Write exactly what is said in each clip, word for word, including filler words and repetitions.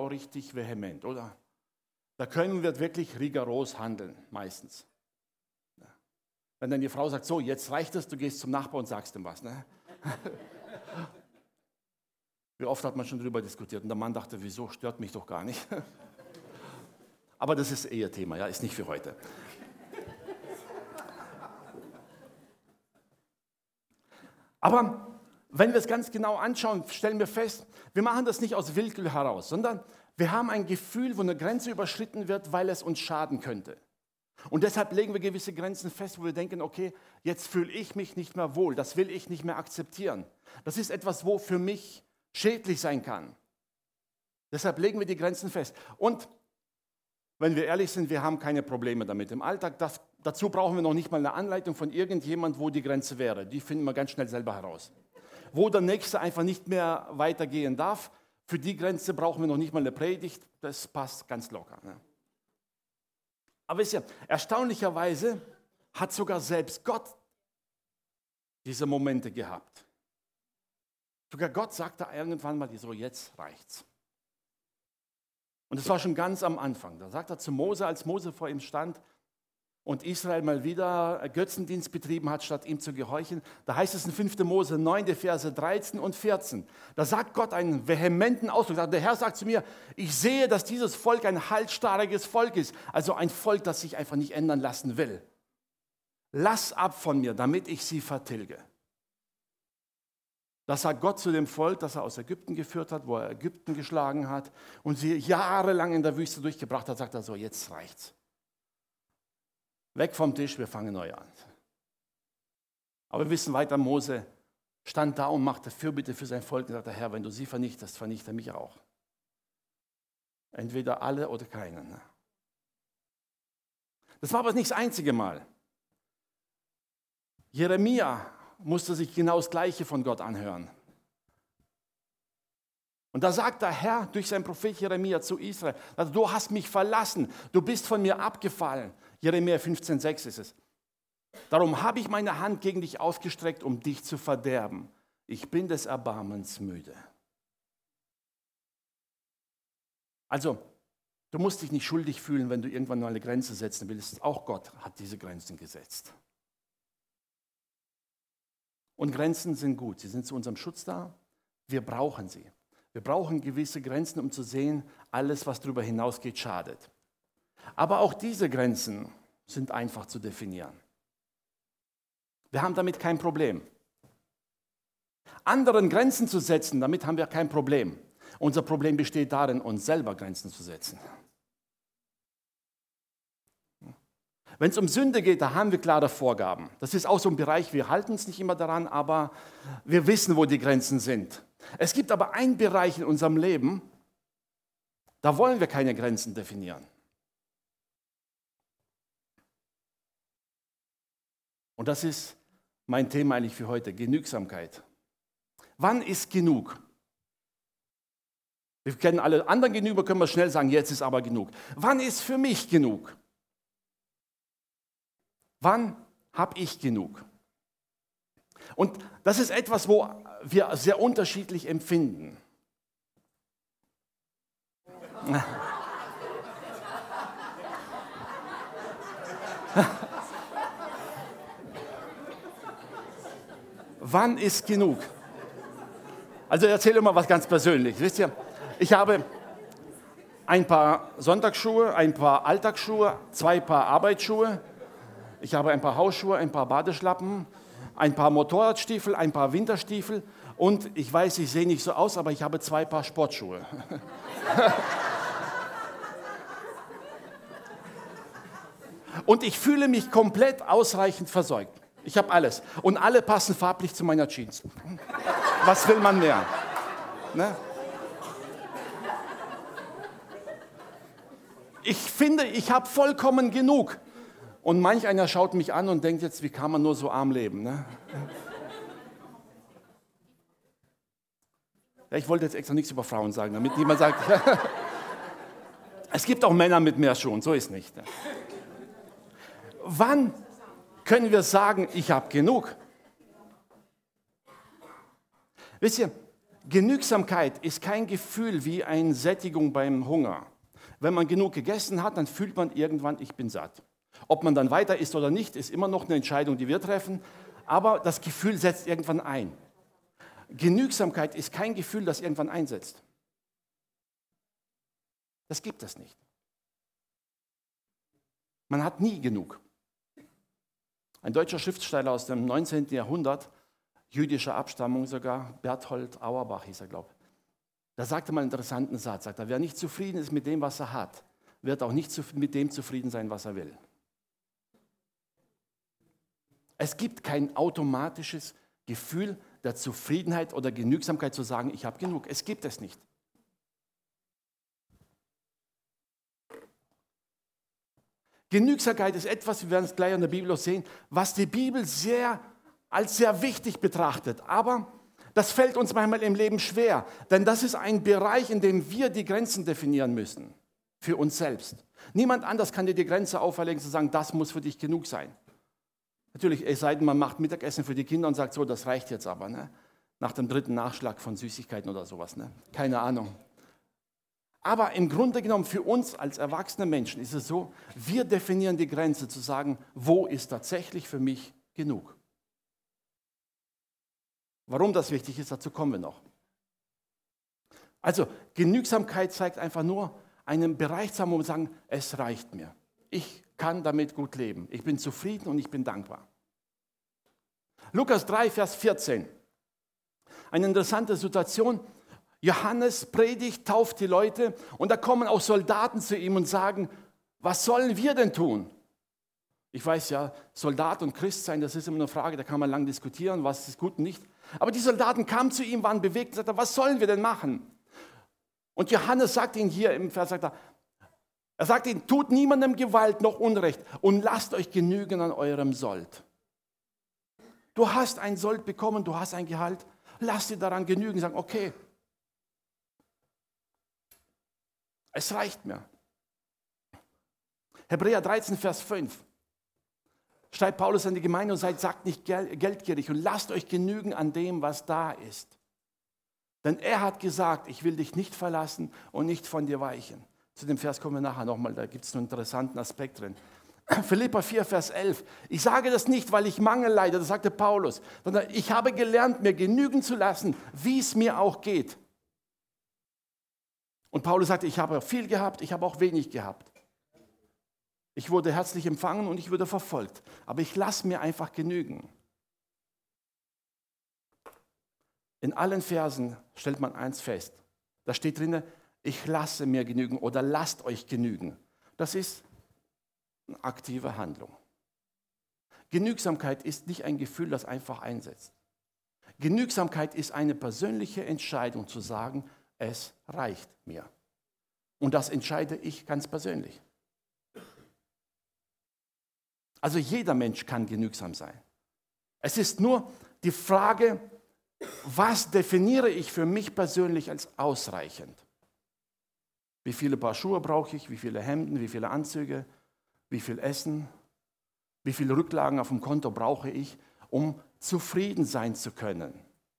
richtig vehement, oder? Da können wir wirklich rigoros handeln, meistens. Wenn dann die Frau sagt, so, jetzt reicht es, du gehst zum Nachbarn und sagst ihm was. Ne? Wie oft hat man schon darüber diskutiert und der Mann dachte, wieso, stört mich doch gar nicht. Aber das ist eher Thema, ja, ist nicht für heute. Aber wenn wir es ganz genau anschauen, stellen wir fest, wir machen das nicht aus Willkür heraus, sondern wir haben ein Gefühl, wo eine Grenze überschritten wird, weil es uns schaden könnte. Und deshalb legen wir gewisse Grenzen fest, wo wir denken, okay, jetzt fühle ich mich nicht mehr wohl, das will ich nicht mehr akzeptieren. Das ist etwas, wo für mich schädlich sein kann. Deshalb legen wir die Grenzen fest. Und wenn wir ehrlich sind, wir haben keine Probleme damit im Alltag. Das, dazu brauchen wir noch nicht mal eine Anleitung von irgendjemand, wo die Grenze wäre. Die finden wir ganz schnell selber heraus. Wo der Nächste einfach nicht mehr weitergehen darf, für die Grenze brauchen wir noch nicht mal eine Predigt. Das passt ganz locker. Ne? Aber wisst ihr, erstaunlicherweise hat sogar selbst Gott diese Momente gehabt. Sogar Gott sagte irgendwann mal so, jetzt reicht's. Und das war schon ganz am Anfang. Da sagt er zu Mose, als Mose vor ihm stand und Israel mal wieder Götzendienst betrieben hat, statt ihm zu gehorchen. Da heißt es in fünfter Mose neun, die Verse dreizehn und vierzehn. Da sagt Gott einen vehementen Ausdruck. Der Herr sagt zu mir, ich sehe, dass dieses Volk ein halsstarriges Volk ist. Also ein Volk, das sich einfach nicht ändern lassen will. Lass ab von mir, damit ich sie vertilge. Das sagt Gott zu dem Volk, das er aus Ägypten geführt hat, wo er Ägypten geschlagen hat und sie jahrelang in der Wüste durchgebracht hat, sagt er so, jetzt reicht's. Weg vom Tisch, wir fangen neu an. Aber wir wissen weiter, Mose stand da und machte Fürbitte für sein Volk und sagte, Herr, wenn du sie vernichtest, vernichte mich auch. Entweder alle oder keinen. Das war aber nicht das einzige Mal. Jeremia musste sich genau das Gleiche von Gott anhören. Und da sagt der Herr durch seinen Prophet Jeremia zu Israel, also, du hast mich verlassen, du bist von mir abgefallen. Jeremia fünfzehn sechs ist es. Darum habe ich meine Hand gegen dich ausgestreckt, um dich zu verderben. Ich bin des Erbarmens müde. Also, du musst dich nicht schuldig fühlen, wenn du irgendwann mal eine Grenze setzen willst. Auch Gott hat diese Grenzen gesetzt. Und Grenzen sind gut, sie sind zu unserem Schutz da, wir brauchen sie. Wir brauchen gewisse Grenzen, um zu sehen, alles, was darüber hinausgeht, schadet. Aber auch diese Grenzen sind einfach zu definieren. Wir haben damit kein Problem. Anderen Grenzen zu setzen, damit haben wir kein Problem. Unser Problem besteht darin, uns selber Grenzen zu setzen. Wenn es um Sünde geht, da haben wir klare Vorgaben. Das ist auch so ein Bereich, wir halten uns nicht immer daran, aber wir wissen, wo die Grenzen sind. Es gibt aber einen Bereich in unserem Leben, da wollen wir keine Grenzen definieren. Und das ist mein Thema eigentlich für heute, Genügsamkeit. Wann ist genug? Wir kennen alle anderen gegenüber, können wir schnell sagen, jetzt ist aber genug. Wann ist für mich genug? Wann habe ich genug? Und das ist etwas, wo wir sehr unterschiedlich empfinden. Wann ist genug? Also ich erzähle mal was ganz Persönliches. Wisst ihr, ich habe ein paar Sonntagsschuhe, ein paar Alltagsschuhe, zwei Paar Arbeitsschuhe. Ich habe ein paar Hausschuhe, ein paar Badeschlappen, ein paar Motorradstiefel, ein paar Winterstiefel und ich weiß, ich sehe nicht so aus, aber ich habe zwei Paar Sportschuhe. Und ich fühle mich komplett ausreichend versorgt. Ich habe alles. Und alle passen farblich zu meiner Jeans. Was will man mehr? Ne? Ich finde, ich habe vollkommen genug. Und manch einer schaut mich an und denkt jetzt, wie kann man nur so arm leben? Ne? Ja, ich wollte jetzt extra nichts über Frauen sagen, damit niemand sagt, es gibt auch Männer mit mehr Schuhen, so ist nicht. Ne? Wann können wir sagen, ich habe genug? Wisst ihr, Genügsamkeit ist kein Gefühl wie eine Sättigung beim Hunger. Wenn man genug gegessen hat, dann fühlt man irgendwann, ich bin satt. Ob man dann weiter isst oder nicht, ist immer noch eine Entscheidung, die wir treffen. Aber das Gefühl setzt irgendwann ein. Genügsamkeit ist kein Gefühl, das irgendwann einsetzt. Das gibt es nicht. Man hat nie genug. Ein deutscher Schriftsteller aus dem neunzehnten Jahrhundert, jüdischer Abstammung sogar, Berthold Auerbach hieß er, glaube ich, da sagte mal einen interessanten Satz, sagt er, wer nicht zufrieden ist mit dem, was er hat, wird auch nicht mit dem zufrieden sein, was er will. Es gibt kein automatisches Gefühl der Zufriedenheit oder Genügsamkeit zu sagen, ich habe genug. Es gibt es nicht. Genügsamkeit ist etwas, wir werden es gleich in der Bibel auch sehen, was die Bibel sehr, als sehr wichtig betrachtet. Aber das fällt uns manchmal im Leben schwer, denn das ist ein Bereich, in dem wir die Grenzen definieren müssen, für uns selbst. Niemand anders kann dir die Grenze auferlegen, zu sagen, das muss für dich genug sein. Natürlich, es sei denn, man macht Mittagessen für die Kinder und sagt so, das reicht jetzt aber, ne? Nach dem dritten Nachschlag von Süßigkeiten oder sowas, ne? Keine Ahnung. Aber im Grunde genommen für uns als erwachsene Menschen ist es so, wir definieren die Grenze zu sagen, wo ist tatsächlich für mich genug. Warum das wichtig ist, dazu kommen wir noch. Also Genügsamkeit zeigt einfach nur einen Bereich zu haben, wo wir sagen, es reicht mir. Ich kann damit gut leben. Ich bin zufrieden und ich bin dankbar. Lukas drei, Vers vierzehn. Eine interessante Situation. Johannes predigt, tauft die Leute und da kommen auch Soldaten zu ihm und sagen, was sollen wir denn tun? Ich weiß ja, Soldat und Christ sein, das ist immer eine Frage, da kann man lang diskutieren, was ist gut und nicht. Aber die Soldaten kamen zu ihm, waren bewegt und sagten, was sollen wir denn machen? Und Johannes sagt ihnen hier im Vers, sagt er, er sagt ihnen, tut niemandem Gewalt noch Unrecht und lasst euch genügen an eurem Sold. Du hast ein Sold bekommen, du hast ein Gehalt, lass dir daran genügen, sagen, okay, es reicht mir. Hebräer dreizehn, Vers fünf. Schreibt Paulus an die Gemeinde und seid, sagt nicht geldgierig und lasst euch genügen an dem, was da ist. Denn er hat gesagt, ich will dich nicht verlassen und nicht von dir weichen. Zu dem Vers kommen wir nachher nochmal, da gibt es einen interessanten Aspekt drin. Philipper vier, Vers elf. Ich sage das nicht, weil ich Mangel leide, das sagte Paulus, sondern ich habe gelernt, mir genügen zu lassen, wie es mir auch geht. Und Paulus sagte, ich habe viel gehabt, ich habe auch wenig gehabt. Ich wurde herzlich empfangen und ich wurde verfolgt. Aber ich lasse mir einfach genügen. In allen Versen stellt man eins fest. Da steht drin, ich lasse mir genügen oder lasst euch genügen. Das ist eine aktive Handlung. Genügsamkeit ist nicht ein Gefühl, das einfach einsetzt. Genügsamkeit ist eine persönliche Entscheidung zu sagen, es reicht mir. Und das entscheide ich ganz persönlich. Also jeder Mensch kann genügsam sein. Es ist nur die Frage, was definiere ich für mich persönlich als ausreichend? Wie viele Paar Schuhe brauche ich, wie viele Hemden, wie viele Anzüge, wie viel Essen, wie viele Rücklagen auf dem Konto brauche ich, um zufrieden sein zu können?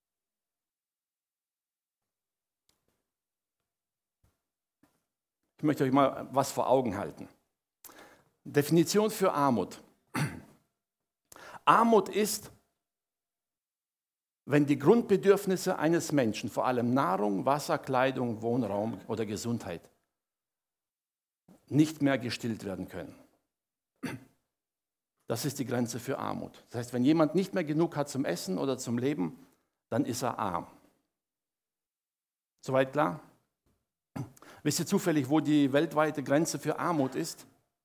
Ich möchte euch mal was vor Augen halten. Definition für Armut. Armut ist, wenn die Grundbedürfnisse eines Menschen, vor allem Nahrung, Wasser, Kleidung, Wohnraum oder Gesundheit, nicht mehr gestillt werden können. Das ist die Grenze für Armut. Das heißt, wenn jemand nicht mehr genug hat zum Essen oder zum Leben, dann ist er arm. Soweit klar? Wisst ihr zufällig, wo die weltweite Grenze für Armut ist?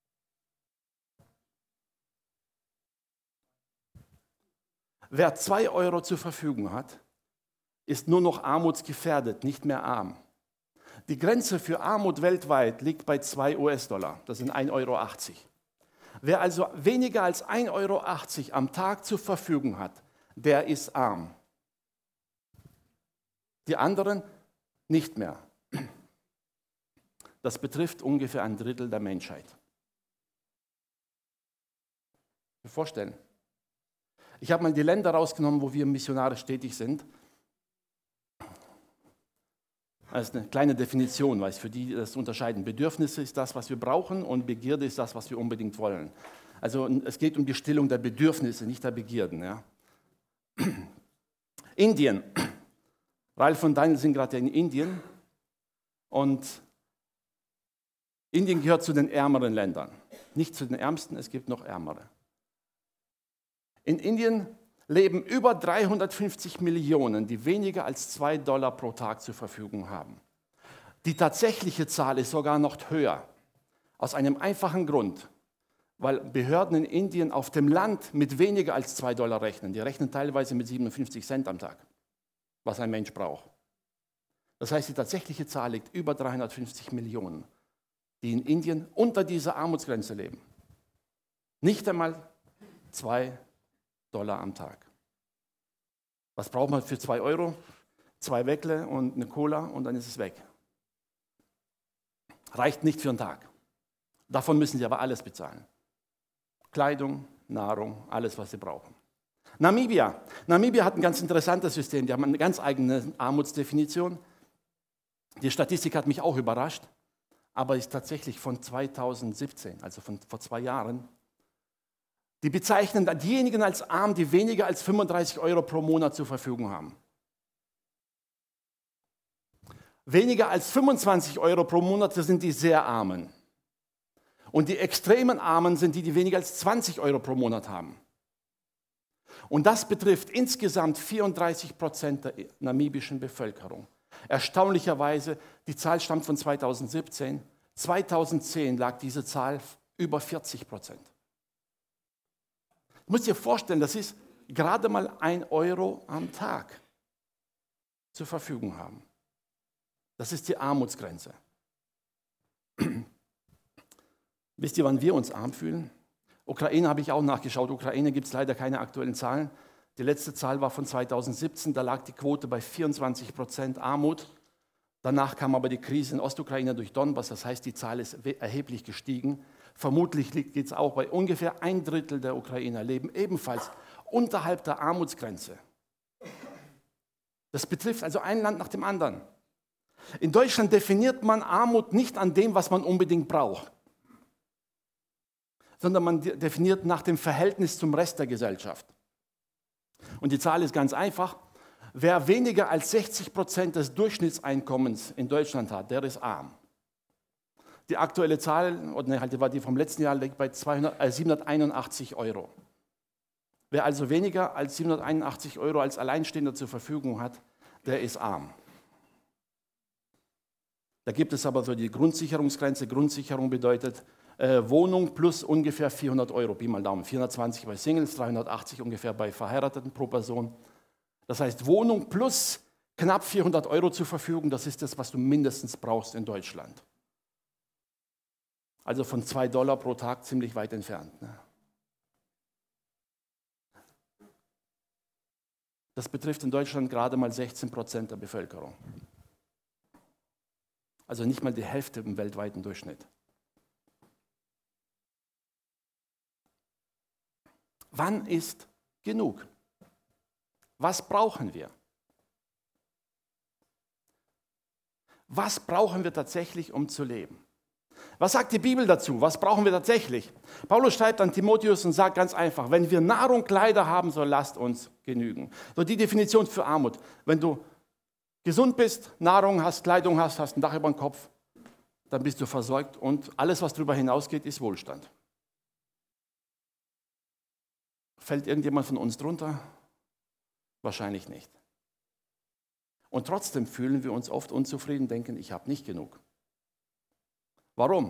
Wer zwei Euro zur Verfügung hat, ist nur noch armutsgefährdet, nicht mehr arm. Die Grenze für Armut weltweit liegt bei zwei US-Dollar, das sind ein Euro achtzig. Wer also weniger als ein Euro achtzig am Tag zur Verfügung hat, der ist arm. Die anderen nicht mehr. Das betrifft ungefähr ein Drittel der Menschheit. Ich vorstellen. Ich habe mal die Länder rausgenommen, wo wir missionarisch tätig sind. Das ist eine kleine Definition, weil es für die das unterscheiden. Bedürfnisse ist das, was wir brauchen, und Begierde ist das, was wir unbedingt wollen. Also es geht um die Stillung der Bedürfnisse, nicht der Begierden. Ja. Indien. Ralf und Daniel sind gerade in Indien. Und Indien gehört zu den ärmeren Ländern. Nicht zu den ärmsten, es gibt noch ärmere. In Indien leben über dreihundertfünfzig Millionen, die weniger als zwei Dollar pro Tag zur Verfügung haben. Die tatsächliche Zahl ist sogar noch höher. Aus einem einfachen Grund, weil Behörden in Indien auf dem Land mit weniger als zwei Dollar rechnen. Die rechnen teilweise mit siebenundfünfzig Cent am Tag, was ein Mensch braucht. Das heißt, die tatsächliche Zahl liegt über dreihundertfünfzig Millionen, die in Indien unter dieser Armutsgrenze leben. Nicht einmal zwei Dollar am Tag. Was braucht man für zwei Euro? Zwei Weckle und eine Cola und dann ist es weg. Reicht nicht für einen Tag. Davon müssen sie aber alles bezahlen. Kleidung, Nahrung, alles, was sie brauchen. Namibia. Namibia hat ein ganz interessantes System. Die haben eine ganz eigene Armutsdefinition. Die Statistik hat mich auch überrascht, aber ist tatsächlich von zweitausendsiebzehn, also von vor zwei Jahren. Die bezeichnen diejenigen als arm, die weniger als fünfunddreißig Euro pro Monat zur Verfügung haben. Weniger als fünfundzwanzig Euro pro Monat, das sind die sehr Armen. Und die extremen Armen sind die, die weniger als zwanzig Euro pro Monat haben. Und das betrifft insgesamt vierunddreißig Prozent der namibischen Bevölkerung. Erstaunlicherweise, die Zahl stammt von zweitausendsiebzehn. zweitausendzehn lag diese Zahl über vierzig Prozent. Du musst dir vorstellen, das ist gerade mal ein Euro am Tag zur Verfügung haben. Das ist die Armutsgrenze. Wisst ihr, wann wir uns arm fühlen? Ukraine habe ich auch nachgeschaut. Ukraine gibt es leider keine aktuellen Zahlen. Die letzte Zahl war von zweitausendsiebzehn, da lag die Quote bei vierundzwanzig Prozent Armut. Danach kam aber die Krise in Ostukraine durch Donbass, das heißt, die Zahl ist erheblich gestiegen. Vermutlich geht es auch bei ungefähr ein Drittel der Ukrainer leben ebenfalls unterhalb der Armutsgrenze. Das betrifft also ein Land nach dem anderen. In Deutschland definiert man Armut nicht an dem, was man unbedingt braucht, sondern man definiert nach dem Verhältnis zum Rest der Gesellschaft. Und die Zahl ist ganz einfach. Wer weniger als sechzig Prozent des Durchschnittseinkommens in Deutschland hat, der ist arm. Die aktuelle Zahl, oder ne, halt war die vom letzten Jahr, liegt bei zweihundert, äh, siebenhunderteinundachtzig Euro. Wer also weniger als siebenhunderteinundachtzig Euro als Alleinstehender zur Verfügung hat, der ist arm. Da gibt es aber so die Grundsicherungsgrenze. Grundsicherung bedeutet äh, Wohnung plus ungefähr vierhundert Euro, Pi mal Daumen. vierhundertzwanzig bei Singles, dreihundertachtzig ungefähr bei Verheirateten pro Person. Das heißt, Wohnung plus knapp vierhundert Euro zur Verfügung, das ist das, was du mindestens brauchst in Deutschland. Also von zwei Dollar pro Tag ziemlich weit entfernt. Ne? Das betrifft in Deutschland gerade mal sechzehn Prozent der Bevölkerung. Also nicht mal die Hälfte im weltweiten Durchschnitt. Wann ist genug? Was brauchen wir? Was brauchen wir tatsächlich, um zu leben? Was sagt die Bibel dazu? Was brauchen wir tatsächlich? Paulus schreibt an Timotheus und sagt ganz einfach, wenn wir Nahrung, Kleider haben, so lasst uns genügen. So die Definition für Armut. Wenn du gesund bist, Nahrung hast, Kleidung hast, hast ein Dach über dem Kopf, dann bist du versorgt und alles, was darüber hinausgeht, ist Wohlstand. Fällt irgendjemand von uns drunter? Wahrscheinlich nicht. Und trotzdem fühlen wir uns oft unzufrieden, denken, ich habe nicht genug. Warum?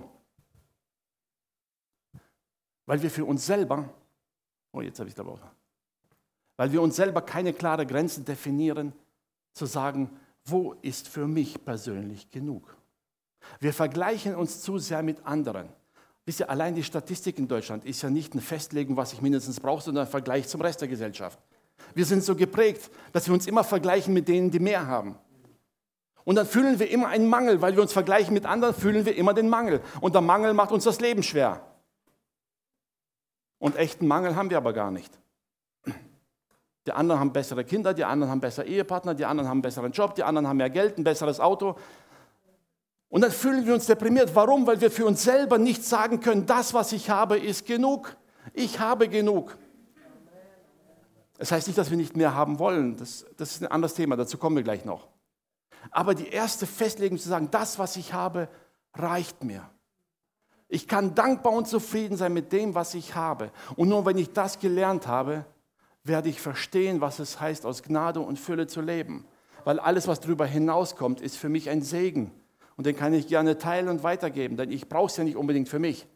Weil wir für uns selber, oh jetzt habe ich glaube auch, weil wir uns selber keine klaren Grenzen definieren, zu sagen, wo ist für mich persönlich genug? Wir vergleichen uns zu sehr mit anderen. Wisst ihr, allein die Statistik in Deutschland ist ja nicht eine Festlegung, was ich mindestens brauche, sondern ein Vergleich zum Rest der Gesellschaft. Wir sind so geprägt, dass wir uns immer vergleichen mit denen, die mehr haben. Und dann fühlen wir immer einen Mangel, weil wir uns vergleichen mit anderen, fühlen wir immer den Mangel. Und der Mangel macht uns das Leben schwer. Und echten Mangel haben wir aber gar nicht. Die anderen haben bessere Kinder, die anderen haben bessere Ehepartner, die anderen haben einen besseren Job, die anderen haben mehr Geld, ein besseres Auto. Und dann fühlen wir uns deprimiert. Warum? Weil wir für uns selber nicht sagen können, das, was ich habe, ist genug. Ich habe genug. Das heißt nicht, dass wir nicht mehr haben wollen. Das, das ist ein anderes Thema, dazu kommen wir gleich noch. Aber die erste Festlegung zu sagen, das, was ich habe, reicht mir. Ich kann dankbar und zufrieden sein mit dem, was ich habe. Und nur wenn ich das gelernt habe, werde ich verstehen, was es heißt, aus Gnade und Fülle zu leben. Weil alles, was darüber hinauskommt, ist für mich ein Segen. Und den kann ich gerne teilen und weitergeben, denn ich brauche es ja nicht unbedingt für mich.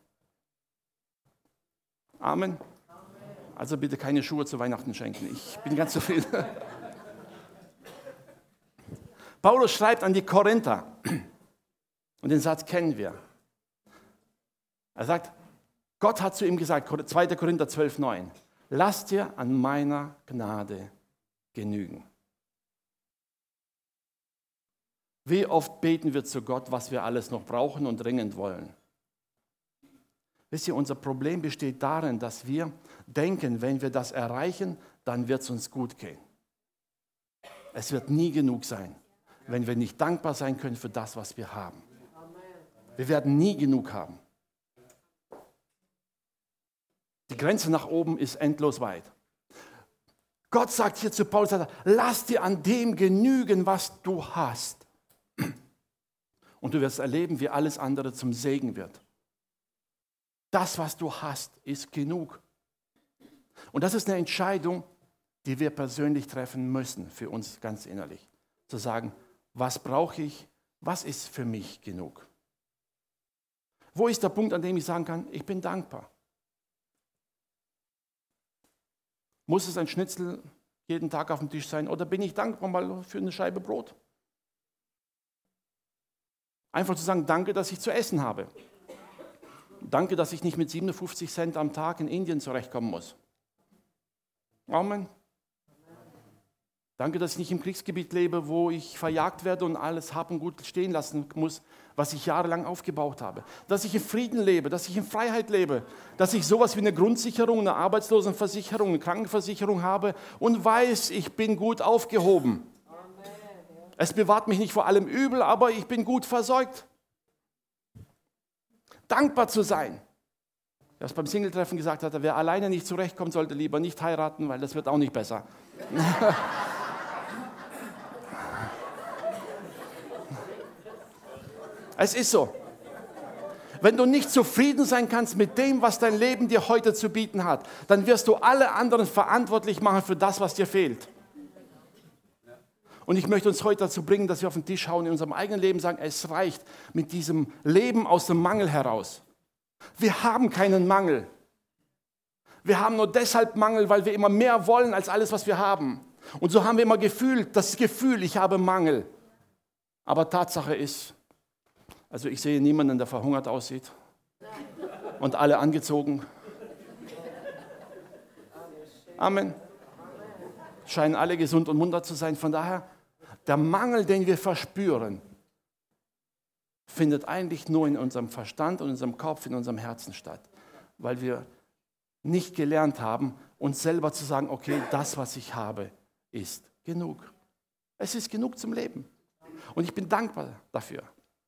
Amen. Also bitte keine Schuhe zu Weihnachten schenken. Ich bin ganz zufrieden. Paulus schreibt an die Korinther. Und den Satz kennen wir. Er sagt, Gott hat zu ihm gesagt, zweiter Korinther zwölf, neun, lass dir an meiner Gnade genügen. Wie oft beten wir zu Gott, was wir alles noch brauchen und dringend wollen? Wisst ihr, unser Problem besteht darin, dass wir denken, wenn wir das erreichen, dann wird es uns gut gehen. Es wird nie genug sein, wenn wir nicht dankbar sein können für das, was wir haben. Wir werden nie genug haben. Die Grenze nach oben ist endlos weit. Gott sagt hier zu Paulus, lass dir an dem genügen, was du hast. Und du wirst erleben, wie alles andere zum Segen wird. Das, was du hast, ist genug. Und das ist eine Entscheidung, die wir persönlich treffen müssen, für uns ganz innerlich. Zu sagen, was brauche ich, was ist für mich genug? Wo ist der Punkt, an dem ich sagen kann, ich bin dankbar? Muss es ein Schnitzel jeden Tag auf dem Tisch sein oder bin ich dankbar mal für eine Scheibe Brot? Einfach zu sagen, danke, dass ich zu essen habe. Danke, dass ich nicht mit siebenundfünfzig Cent am Tag in Indien zurechtkommen muss. Amen. Danke, dass ich nicht im Kriegsgebiet lebe, wo ich verjagt werde und alles Hab und Gut stehen lassen muss, was ich jahrelang aufgebaut habe. Dass ich in Frieden lebe, dass ich in Freiheit lebe, dass ich sowas wie eine Grundsicherung, eine Arbeitslosenversicherung, eine Krankenversicherung habe und weiß, ich bin gut aufgehoben. Es bewahrt mich nicht vor allem Übel, aber ich bin gut versorgt. Dankbar zu sein. Was beim Singletreffen gesagt hat, wer alleine nicht zurechtkommt, sollte lieber nicht heiraten, weil das wird auch nicht besser. Es ist so. Wenn du nicht zufrieden sein kannst mit dem, was dein Leben dir heute zu bieten hat, dann wirst du alle anderen verantwortlich machen für das, was dir fehlt. Und ich möchte uns heute dazu bringen, dass wir auf den Tisch schauen, in unserem eigenen Leben sagen, es reicht mit diesem Leben aus dem Mangel heraus. Wir haben keinen Mangel. Wir haben nur deshalb Mangel, weil wir immer mehr wollen als alles, was wir haben. Und so haben wir immer gefühlt, das Gefühl, ich habe Mangel. Aber Tatsache ist, also ich sehe niemanden, der verhungert aussieht und alle angezogen. Amen. Scheinen alle gesund und munter zu sein. Von daher, der Mangel, den wir verspüren, findet eigentlich nur in unserem Verstand und in unserem Kopf, in unserem Herzen statt. Weil wir nicht gelernt haben, uns selber zu sagen, okay, das, was ich habe, ist genug. Es ist genug zum Leben. Und ich bin dankbar dafür.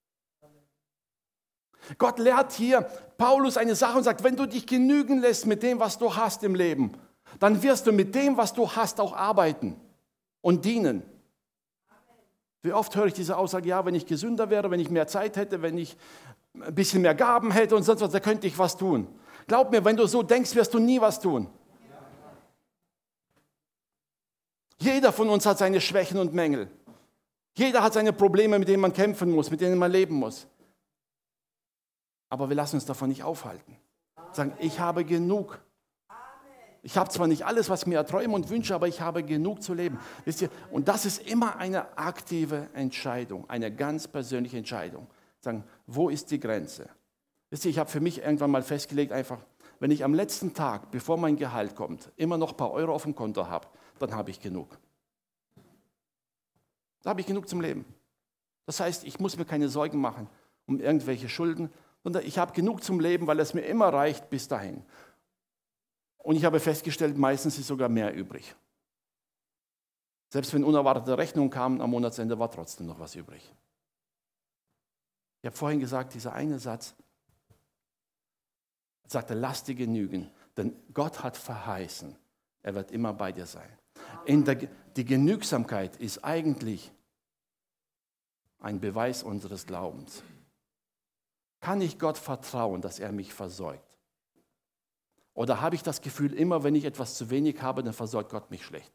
Gott lehrt hier Paulus eine Sache und sagt, wenn du dich genügen lässt mit dem, was du hast im Leben, dann wirst du mit dem, was du hast, auch arbeiten und dienen. Wie oft höre ich diese Aussage, ja, wenn ich gesünder wäre, wenn ich mehr Zeit hätte, wenn ich ein bisschen mehr Gaben hätte und sonst was, da könnte ich was tun. Glaub mir, wenn du so denkst, wirst du nie was tun. Jeder von uns hat seine Schwächen und Mängel. Jeder hat seine Probleme, mit denen man kämpfen muss, mit denen man leben muss. Aber wir lassen uns davon nicht aufhalten. Sagen, ich habe genug. Ich habe zwar nicht alles, was ich mir erträume und wünsche, aber ich habe genug zu leben. Wisst ihr? Und das ist immer eine aktive Entscheidung, eine ganz persönliche Entscheidung. Sagen, wo ist die Grenze? Wisst ihr, ich habe für mich irgendwann mal festgelegt, einfach, wenn ich am letzten Tag, bevor mein Gehalt kommt, immer noch ein paar Euro auf dem Konto habe, dann habe ich genug. Da habe ich genug zum Leben. Das heißt, ich muss mir keine Sorgen machen um irgendwelche Schulden, sondern ich habe genug zum Leben, weil es mir immer reicht bis dahin. Und ich habe festgestellt, meistens ist sogar mehr übrig. Selbst wenn unerwartete Rechnungen kamen, am Monatsende war trotzdem noch was übrig. Ich habe vorhin gesagt, dieser eine Satz sagte, lass dir genügen, denn Gott hat verheißen, er wird immer bei dir sein. In der, die Genügsamkeit ist eigentlich ein Beweis unseres Glaubens. Kann ich Gott vertrauen, dass er mich versorgt? Oder habe ich das Gefühl, immer wenn ich etwas zu wenig habe, dann versorgt Gott mich schlecht?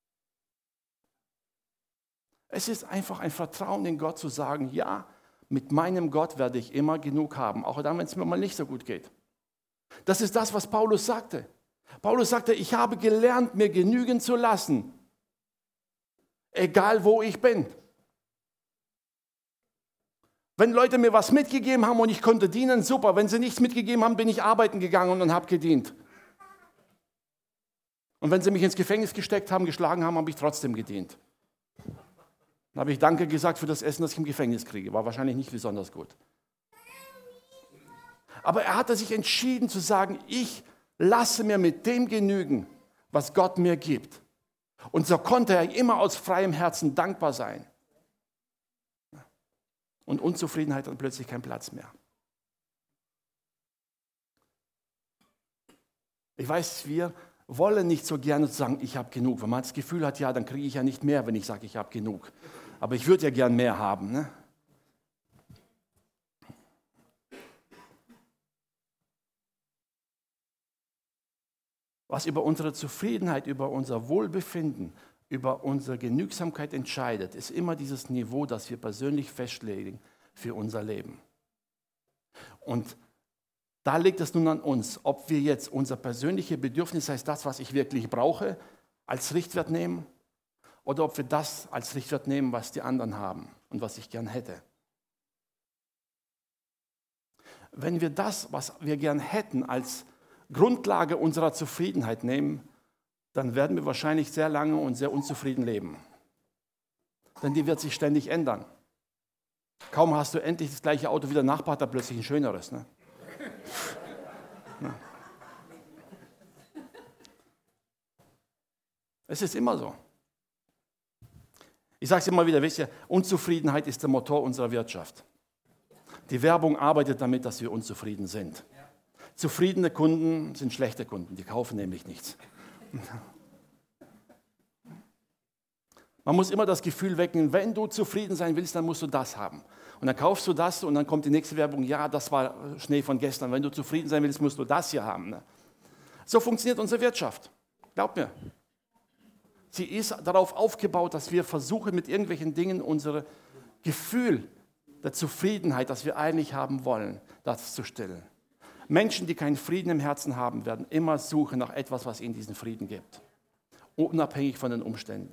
Es ist einfach ein Vertrauen in Gott zu sagen, ja, mit meinem Gott werde ich immer genug haben, auch dann, wenn es mir mal nicht so gut geht. Das ist das, was Paulus sagte. Paulus sagte, ich habe gelernt, mir genügen zu lassen, egal wo ich bin. Wenn Leute mir was mitgegeben haben und ich konnte dienen, super. Wenn sie nichts mitgegeben haben, bin ich arbeiten gegangen und habe gedient. Und wenn sie mich ins Gefängnis gesteckt haben, geschlagen haben, habe ich trotzdem gedient. Dann habe ich Danke gesagt für das Essen, das ich im Gefängnis kriege. War wahrscheinlich nicht besonders gut. Aber er hatte sich entschieden zu sagen, ich lasse mir mit dem genügen, was Gott mir gibt. Und so konnte er immer aus freiem Herzen dankbar sein. Und Unzufriedenheit hat plötzlich keinen Platz mehr. Ich weiß, wir wollen nicht so gerne sagen, ich habe genug. Wenn man das Gefühl hat, ja, dann kriege ich ja nicht mehr, wenn ich sage, ich habe genug. Aber ich würde ja gern mehr haben. Ne? Was über unsere Zufriedenheit, über unser Wohlbefinden, über unsere Genügsamkeit entscheidet, ist immer dieses Niveau, das wir persönlich festlegen für unser Leben. Und da liegt es nun an uns, ob wir jetzt unser persönliches Bedürfnis, das heißt das, was ich wirklich brauche, als Richtwert nehmen oder ob wir das als Richtwert nehmen, was die anderen haben und was ich gern hätte. Wenn wir das, was wir gern hätten, als Grundlage unserer Zufriedenheit nehmen, dann werden wir wahrscheinlich sehr lange und sehr unzufrieden leben. Denn die wird sich ständig ändern. Kaum hast du endlich das gleiche Auto wie der Nachbar, hat er plötzlich ein schöneres. Ne? Es ist immer so. Ich sage es immer wieder, wisst ihr, Unzufriedenheit ist der Motor unserer Wirtschaft. Die Werbung arbeitet damit, dass wir unzufrieden sind. Zufriedene Kunden sind schlechte Kunden, die kaufen nämlich nichts. Man muss immer das Gefühl wecken, wenn du zufrieden sein willst, dann musst du das haben. Und dann kaufst du das und dann kommt die nächste Werbung, ja, das war Schnee von gestern. Wenn du zufrieden sein willst, musst du das hier haben. Ne? So funktioniert unsere Wirtschaft. Glaub mir. Sie ist darauf aufgebaut, dass wir versuchen, mit irgendwelchen Dingen unser Gefühl der Zufriedenheit, das wir eigentlich haben wollen, das zu stillen. Menschen, die keinen Frieden im Herzen haben, werden immer suchen nach etwas, was ihnen diesen Frieden gibt. Unabhängig von den Umständen.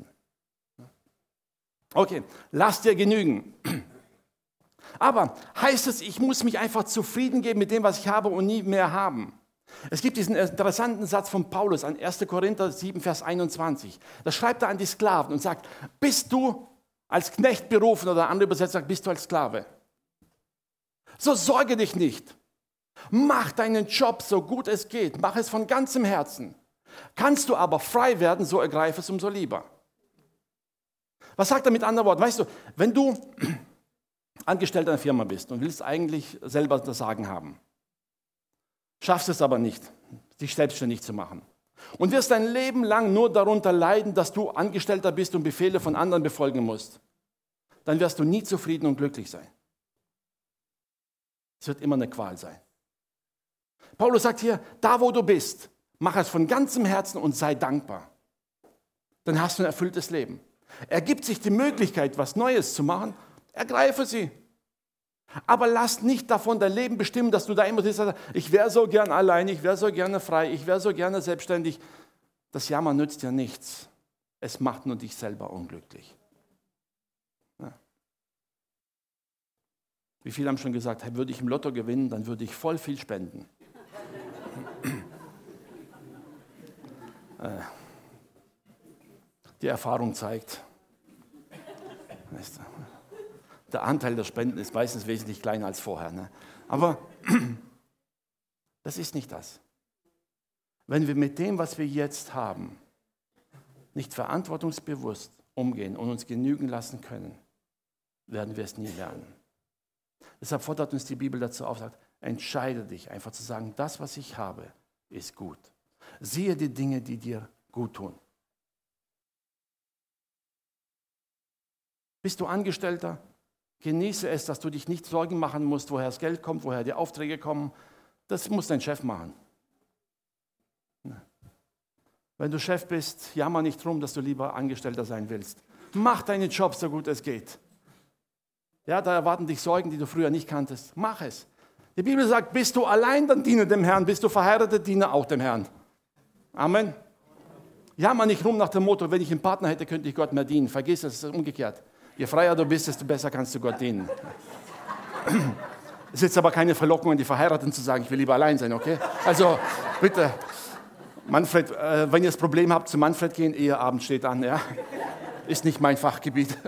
Okay, lass dir genügen. Aber heißt es, ich muss mich einfach zufrieden geben mit dem, was ich habe und nie mehr haben? Es gibt diesen interessanten Satz von Paulus an erster Korinther sieben, Vers einundzwanzig. Da schreibt er an die Sklaven und sagt, bist du als Knecht berufen, oder andere Übersetzer sagt, bist du als Sklave? So sorge dich nicht. Mach deinen Job so gut es geht. Mach es von ganzem Herzen. Kannst du aber frei werden, so ergreife es umso lieber. Was sagt er mit anderen Worten? Weißt du, wenn du Angestellter einer Firma bist und willst eigentlich selber das Sagen haben, schaffst es aber nicht, dich selbstständig zu machen und wirst dein Leben lang nur darunter leiden, dass du Angestellter bist und Befehle von anderen befolgen musst, dann wirst du nie zufrieden und glücklich sein. Es wird immer eine Qual sein. Paulus sagt hier, da wo du bist, mach es von ganzem Herzen und sei dankbar. Dann hast du ein erfülltes Leben. Ergibt sich die Möglichkeit, was Neues zu machen, ergreife sie. Aber lass nicht davon dein Leben bestimmen, dass du da immer sagst, ich wäre so gern allein, ich wäre so gerne frei, ich wäre so gerne selbstständig. Das Jammern nützt ja nichts. Es macht nur dich selber unglücklich. Ja. Wie viele haben schon gesagt, hey, würde ich im Lotto gewinnen, dann würde ich voll viel spenden. äh. Die Erfahrung zeigt, weißt du, der Anteil der Spenden ist meistens wesentlich kleiner als vorher. Ne? Aber das ist nicht das. Wenn wir mit dem, was wir jetzt haben, nicht verantwortungsbewusst umgehen und uns genügen lassen können, werden wir es nie lernen. Deshalb fordert uns die Bibel dazu auf, sagt, entscheide dich einfach zu sagen, das, was ich habe, ist gut. Siehe die Dinge, die dir gut tun. Bist du Angestellter? Genieße es, dass du dich nicht Sorgen machen musst, woher das Geld kommt, woher die Aufträge kommen. Das muss dein Chef machen. Wenn du Chef bist, jammer nicht drum, dass du lieber Angestellter sein willst. Mach deinen Job so gut es geht. Ja, da erwarten dich Sorgen, die du früher nicht kanntest. Mach es. Die Bibel sagt, bist du allein, dann diene dem Herrn. Bist du verheiratet, diene auch dem Herrn. Amen. Jammer nicht rum nach dem Motto, wenn ich einen Partner hätte, könnte ich Gott mehr dienen. Vergiss es, es ist umgekehrt. Je freier du bist, desto besser kannst du Gott dienen. Es ist jetzt aber keine Verlockung an die Verheirateten zu sagen, ich will lieber allein sein, okay? Also bitte, Manfred, äh, wenn ihr das Problem habt, zu Manfred gehen, Eheabend steht an, ja? Ist nicht mein Fachgebiet.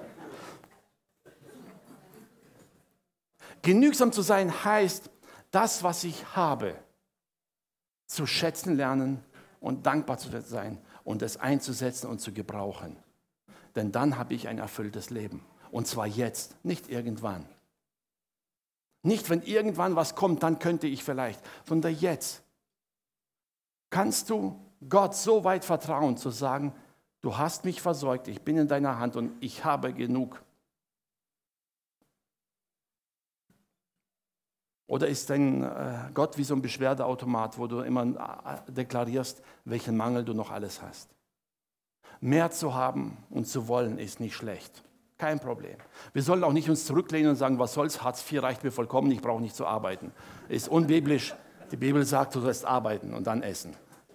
Genügsam zu sein heißt, das, was ich habe, zu schätzen lernen und dankbar zu sein und es einzusetzen und zu gebrauchen. Denn dann habe ich ein erfülltes Leben. Und zwar jetzt, nicht irgendwann. Nicht, wenn irgendwann was kommt, dann könnte ich vielleicht, sondern jetzt. Kannst du Gott so weit vertrauen, zu sagen, du hast mich versorgt, ich bin in deiner Hand und ich habe genug. Oder ist dein äh, Gott wie so ein Beschwerdeautomat, wo du immer äh, deklarierst, welchen Mangel du noch alles hast? Mehr zu haben und zu wollen ist nicht schlecht. Kein Problem. Wir sollen auch nicht uns zurücklehnen und sagen, was soll's, Hartz vier reicht mir vollkommen, ich brauche nicht zu arbeiten. Ist unbiblisch. Die Bibel sagt, du sollst arbeiten und dann essen.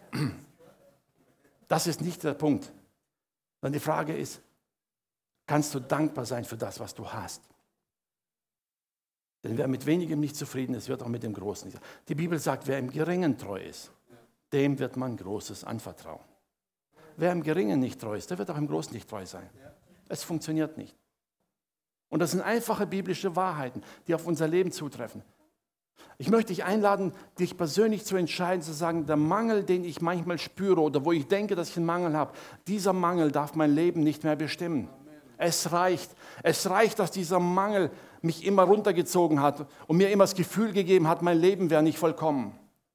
Das ist nicht der Punkt. Sondern die Frage ist, kannst du dankbar sein für das, was du hast? Denn wer mit wenigem nicht zufrieden ist, wird auch mit dem Großen nicht. Die Bibel sagt, wer im Geringen treu ist, dem wird man Großes anvertrauen. Wer im Geringen nicht treu ist, der wird auch im Großen nicht treu sein. Es funktioniert nicht. Und das sind einfache biblische Wahrheiten, die auf unser Leben zutreffen. Ich möchte dich einladen, dich persönlich zu entscheiden, zu sagen, der Mangel, den ich manchmal spüre oder wo ich denke, dass ich einen Mangel habe, dieser Mangel darf mein Leben nicht mehr bestimmen. Es reicht. Es reicht, dass dieser Mangel mich immer runtergezogen hat und mir immer das Gefühl gegeben hat, mein Leben wäre nicht vollkommen.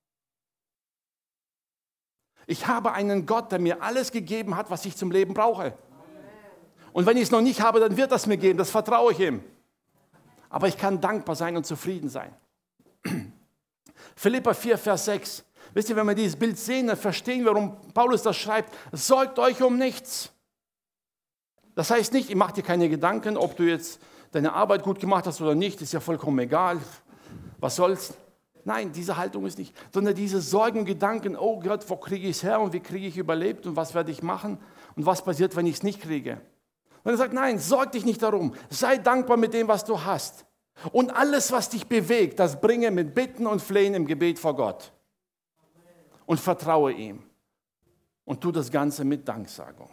Ich habe einen Gott, der mir alles gegeben hat, was ich zum Leben brauche. Und wenn ich es noch nicht habe, dann wird das mir geben, das vertraue ich ihm. Aber ich kann dankbar sein und zufrieden sein. Philipper vier, Vers sechs. Wisst ihr, wenn wir dieses Bild sehen, dann verstehen wir, warum Paulus das schreibt. Sorgt euch um nichts. Das heißt nicht, ihr macht dir keine Gedanken, ob du jetzt deine Arbeit gut gemacht hast oder nicht, ist ja vollkommen egal. Was soll's? Nein, diese Haltung ist nicht, sondern diese Sorgen und Gedanken, oh Gott, wo kriege ich es her und wie kriege ich überlebt und was werde ich machen und was passiert, wenn ich es nicht kriege. Und er sagt, nein, sorg dich nicht darum, sei dankbar mit dem, was du hast. Und alles, was dich bewegt, das bringe mit Bitten und Flehen im Gebet vor Gott. Und vertraue ihm. Und tu das Ganze mit Danksagung.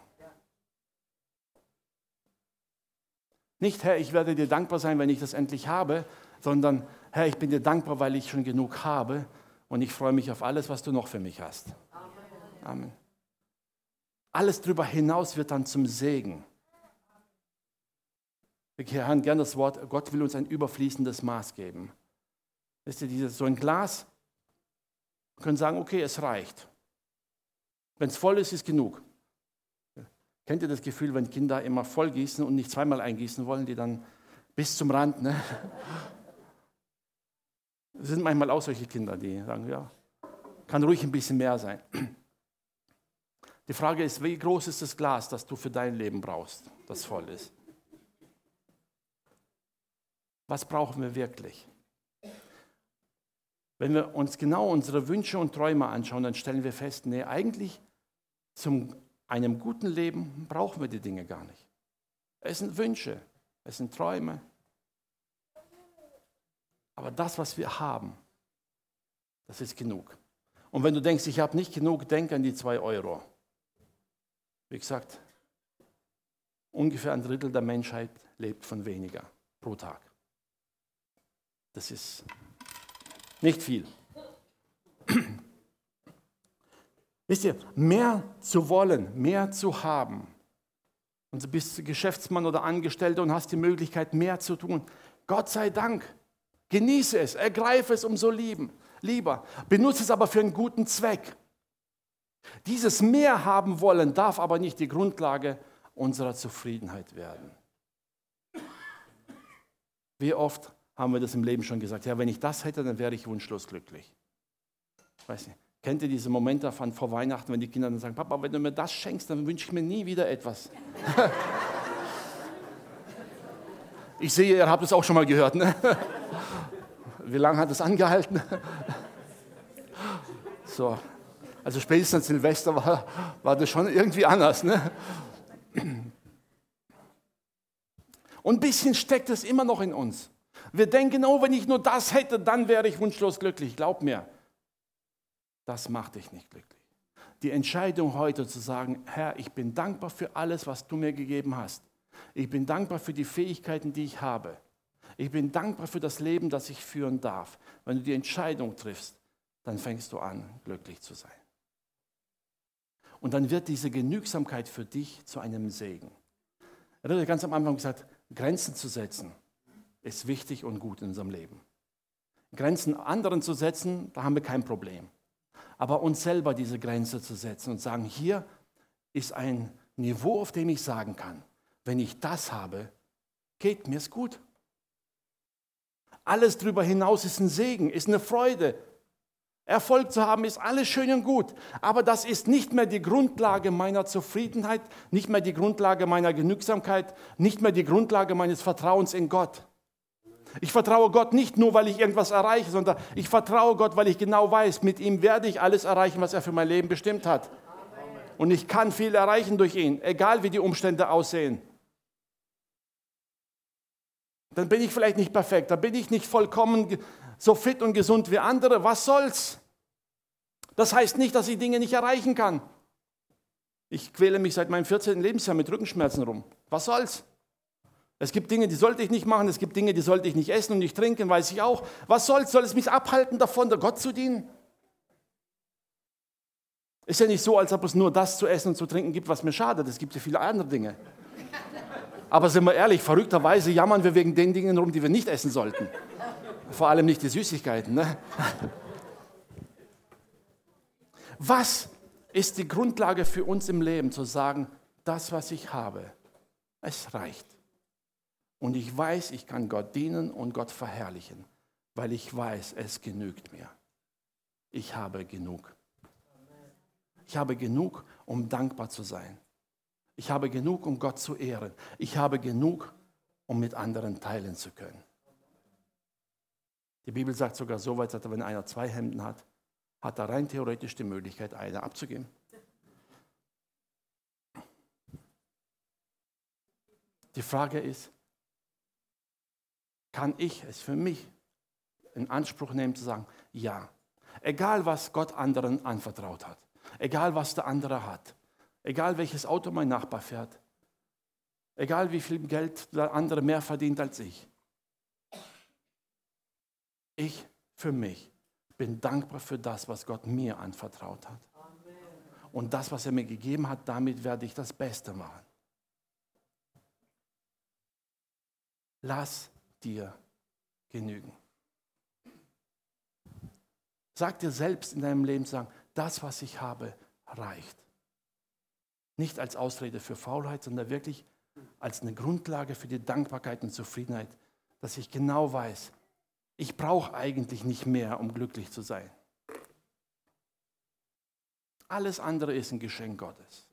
Nicht, Herr, ich werde dir dankbar sein, wenn ich das endlich habe, sondern, Herr, ich bin dir dankbar, weil ich schon genug habe und ich freue mich auf alles, was du noch für mich hast. Amen. Amen. Alles darüber hinaus wird dann zum Segen. Wir hören gerne das Wort, Gott will uns ein überfließendes Maß geben. Wisst ihr, dieses, so ein Glas, wir können sagen, okay, es reicht. Wenn es voll ist, ist genug. Kennt ihr das Gefühl, wenn Kinder immer voll gießen und nicht zweimal eingießen wollen, die dann bis zum Rand, ne? Es sind manchmal auch solche Kinder, die sagen, ja, kann ruhig ein bisschen mehr sein. Die Frage ist, wie groß ist das Glas, das du für dein Leben brauchst, das voll ist? Was brauchen wir wirklich? Wenn wir uns genau unsere Wünsche und Träume anschauen, dann stellen wir fest, nee, eigentlich zum einem guten Leben brauchen wir die Dinge gar nicht. Es sind Wünsche, es sind Träume. Aber das, was wir haben, das ist genug. Und wenn du denkst, ich habe nicht genug, denk an die zwei Euro. Wie gesagt, ungefähr ein Drittel der Menschheit lebt von weniger pro Tag. Das ist nicht viel. Wisst ihr, mehr zu wollen, mehr zu haben, Und du bist Geschäftsmann oder Angestellter und hast die Möglichkeit, mehr zu tun. Gott sei Dank. Genieße es, ergreife es umso lieben, lieber. Benutze es aber für einen guten Zweck. Dieses Mehr haben wollen darf aber nicht die Grundlage unserer Zufriedenheit werden. Wie oft haben wir das im Leben schon gesagt? Ja, wenn ich das hätte, dann wäre ich wunschlos glücklich. Weiß nicht. Kennt ihr diese Momente von vor Weihnachten, wenn die Kinder dann sagen, Papa, wenn du mir das schenkst, dann wünsche ich mir nie wieder etwas. Ich sehe, ihr habt es auch schon mal gehört. Ne? Wie lange hat es angehalten? So, also spätestens Silvester war, war das schon irgendwie anders. Ne? Und ein bisschen steckt es immer noch in uns. Wir denken, oh, wenn ich nur das hätte, dann wäre ich wunschlos glücklich. Glaub mir, das macht dich nicht glücklich. Die Entscheidung heute zu sagen, Herr, ich bin dankbar für alles, was du mir gegeben hast. Ich bin dankbar für die Fähigkeiten, die ich habe. Ich bin dankbar für das Leben, das ich führen darf. Wenn du die Entscheidung triffst, dann fängst du an, glücklich zu sein. Und dann wird diese Genügsamkeit für dich zu einem Segen. Er hat ganz am Anfang gesagt, Grenzen zu setzen ist wichtig und gut in unserem Leben. Grenzen anderen zu setzen, da haben wir kein Problem. Aber uns selber diese Grenze zu setzen und sagen, hier ist ein Niveau, auf dem ich sagen kann, wenn ich das habe, geht mir's gut. Alles darüber hinaus ist ein Segen, ist eine Freude. Erfolg zu haben ist alles schön und gut, aber das ist nicht mehr die Grundlage meiner Zufriedenheit, nicht mehr die Grundlage meiner Genügsamkeit, nicht mehr die Grundlage meines Vertrauens in Gott. Ich vertraue Gott nicht nur, weil ich irgendwas erreiche, sondern ich vertraue Gott, weil ich genau weiß, mit ihm werde ich alles erreichen, was er für mein Leben bestimmt hat. Und ich kann viel erreichen durch ihn, egal wie die Umstände aussehen. Dann bin ich vielleicht nicht perfekt, dann bin ich nicht vollkommen so fit und gesund wie andere. Was soll's? Das heißt nicht, dass ich Dinge nicht erreichen kann. Ich quäle mich seit meinem vierzehnten Lebensjahr mit Rückenschmerzen rum. Was soll's? Es gibt Dinge, die sollte ich nicht machen, es gibt Dinge, die sollte ich nicht essen und nicht trinken, weiß ich auch. Was soll's? Soll es mich abhalten davon, der Gott zu dienen? Ist ja nicht so, als ob es nur das zu essen und zu trinken gibt, was mir schadet. Es gibt ja viele andere Dinge. Aber sind wir ehrlich, verrückterweise jammern wir wegen den Dingen rum, die wir nicht essen sollten. Vor allem nicht die Süßigkeiten. Ne? Was ist die Grundlage für uns im Leben, zu sagen, das, was ich habe, es reicht. Und ich weiß, ich kann Gott dienen und Gott verherrlichen, weil ich weiß, es genügt mir. Ich habe genug. Ich habe genug, um dankbar zu sein. Ich habe genug, um Gott zu ehren. Ich habe genug, um mit anderen teilen zu können. Die Bibel sagt sogar so weit, dass wenn einer zwei Hemden hat, hat er rein theoretisch die Möglichkeit, eine abzugeben. Die Frage ist, kann ich es für mich in Anspruch nehmen, zu sagen, ja, egal was Gott anderen anvertraut hat, egal was der andere hat, egal welches Auto mein Nachbar fährt, egal wie viel Geld der andere mehr verdient als ich. Ich für mich bin dankbar für das, was Gott mir anvertraut hat. Amen. Und das, was er mir gegeben hat, damit werde ich das Beste machen. Lass dir genügen. Sag dir selbst in deinem Leben, sagen, das, was ich habe, reicht. Nicht als Ausrede für Faulheit, sondern wirklich als eine Grundlage für die Dankbarkeit und Zufriedenheit, dass ich genau weiß, ich brauche eigentlich nicht mehr, um glücklich zu sein. Alles andere ist ein Geschenk Gottes.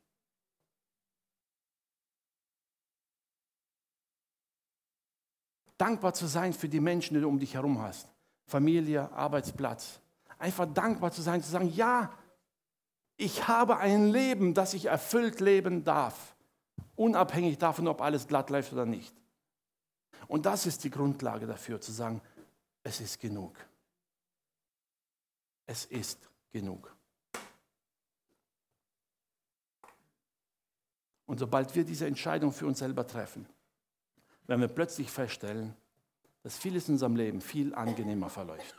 Dankbar zu sein für die Menschen, die du um dich herum hast. Familie, Arbeitsplatz. Einfach dankbar zu sein, zu sagen, ja, ich habe ein Leben, das ich erfüllt leben darf. Unabhängig davon, ob alles glatt läuft oder nicht. Und das ist die Grundlage dafür, zu sagen, es ist genug. Es ist genug. Und sobald wir diese Entscheidung für uns selber treffen, werden wir plötzlich feststellen, dass vieles in unserem Leben viel angenehmer verläuft.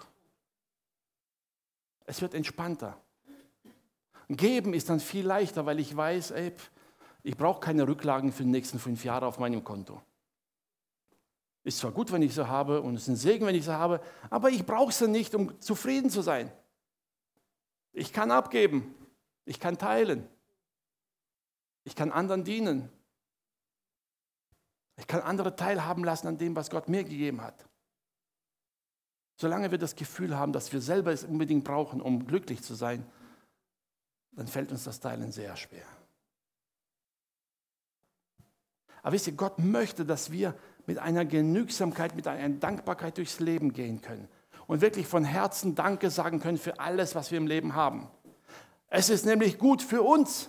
Es wird entspannter. Geben ist dann viel leichter, weil ich weiß, ey, Ich brauche keine Rücklagen für die nächsten fünf Jahre auf meinem Konto. Ist zwar gut, wenn ich sie habe und es ist ein Segen, wenn ich sie habe, aber ich brauche sie nicht, um zufrieden zu sein. Ich kann abgeben, ich kann teilen, ich kann anderen dienen, ich kann andere teilhaben lassen an dem, was Gott mir gegeben hat. Solange wir das Gefühl haben, dass wir selber es unbedingt brauchen, um glücklich zu sein, dann fällt uns das Teilen sehr schwer. Aber wisst ihr, Gott möchte, dass wir mit einer Genügsamkeit, mit einer Dankbarkeit durchs Leben gehen können und wirklich von Herzen Danke sagen können für alles, was wir im Leben haben. Es ist nämlich gut für uns.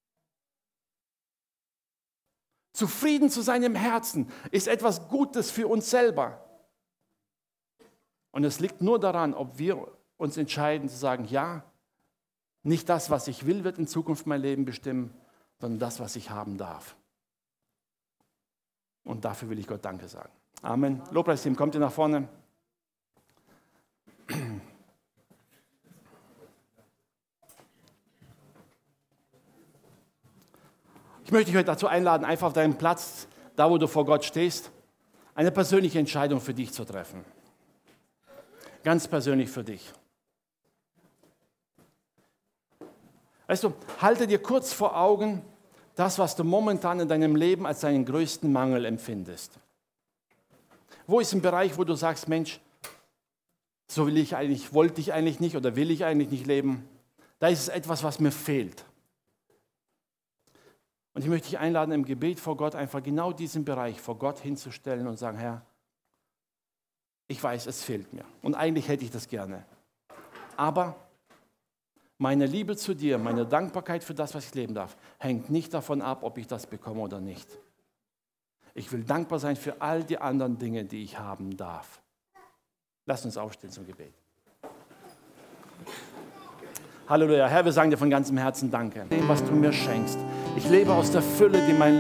Zufrieden zu sein im Herzen ist etwas Gutes für uns selber. Und es liegt nur daran, ob wir uns entscheiden zu sagen, ja, nicht das, was ich will, wird in Zukunft mein Leben bestimmen, sondern das, was ich haben darf. Und dafür will ich Gott Danke sagen. Amen. Lobpreisteam, kommt ihr nach vorne? Ich möchte dich heute dazu einladen, einfach auf deinem Platz, da wo du vor Gott stehst, eine persönliche Entscheidung für dich zu treffen. Ganz persönlich für dich. Weißt du, halte dir kurz vor Augen das, was du momentan in deinem Leben als deinen größten Mangel empfindest. Wo ist ein Bereich, wo du sagst, Mensch, so will ich eigentlich, wollte ich eigentlich nicht oder will ich eigentlich nicht leben? Da ist es etwas, was mir fehlt. Und ich möchte dich einladen, im Gebet vor Gott einfach genau diesen Bereich vor Gott hinzustellen und sagen, Herr, ich weiß, es fehlt mir und eigentlich hätte ich das gerne. Aber meine Liebe zu dir, meine Dankbarkeit für das, was ich leben darf, hängt nicht davon ab, ob ich das bekomme oder nicht. Ich will dankbar sein für all die anderen Dinge, die ich haben darf. Lass uns aufstehen zum Gebet. Halleluja, Herr, wir sagen dir von ganzem Herzen Danke. Dem, was du mir schenkst. Ich lebe aus der Fülle, die mein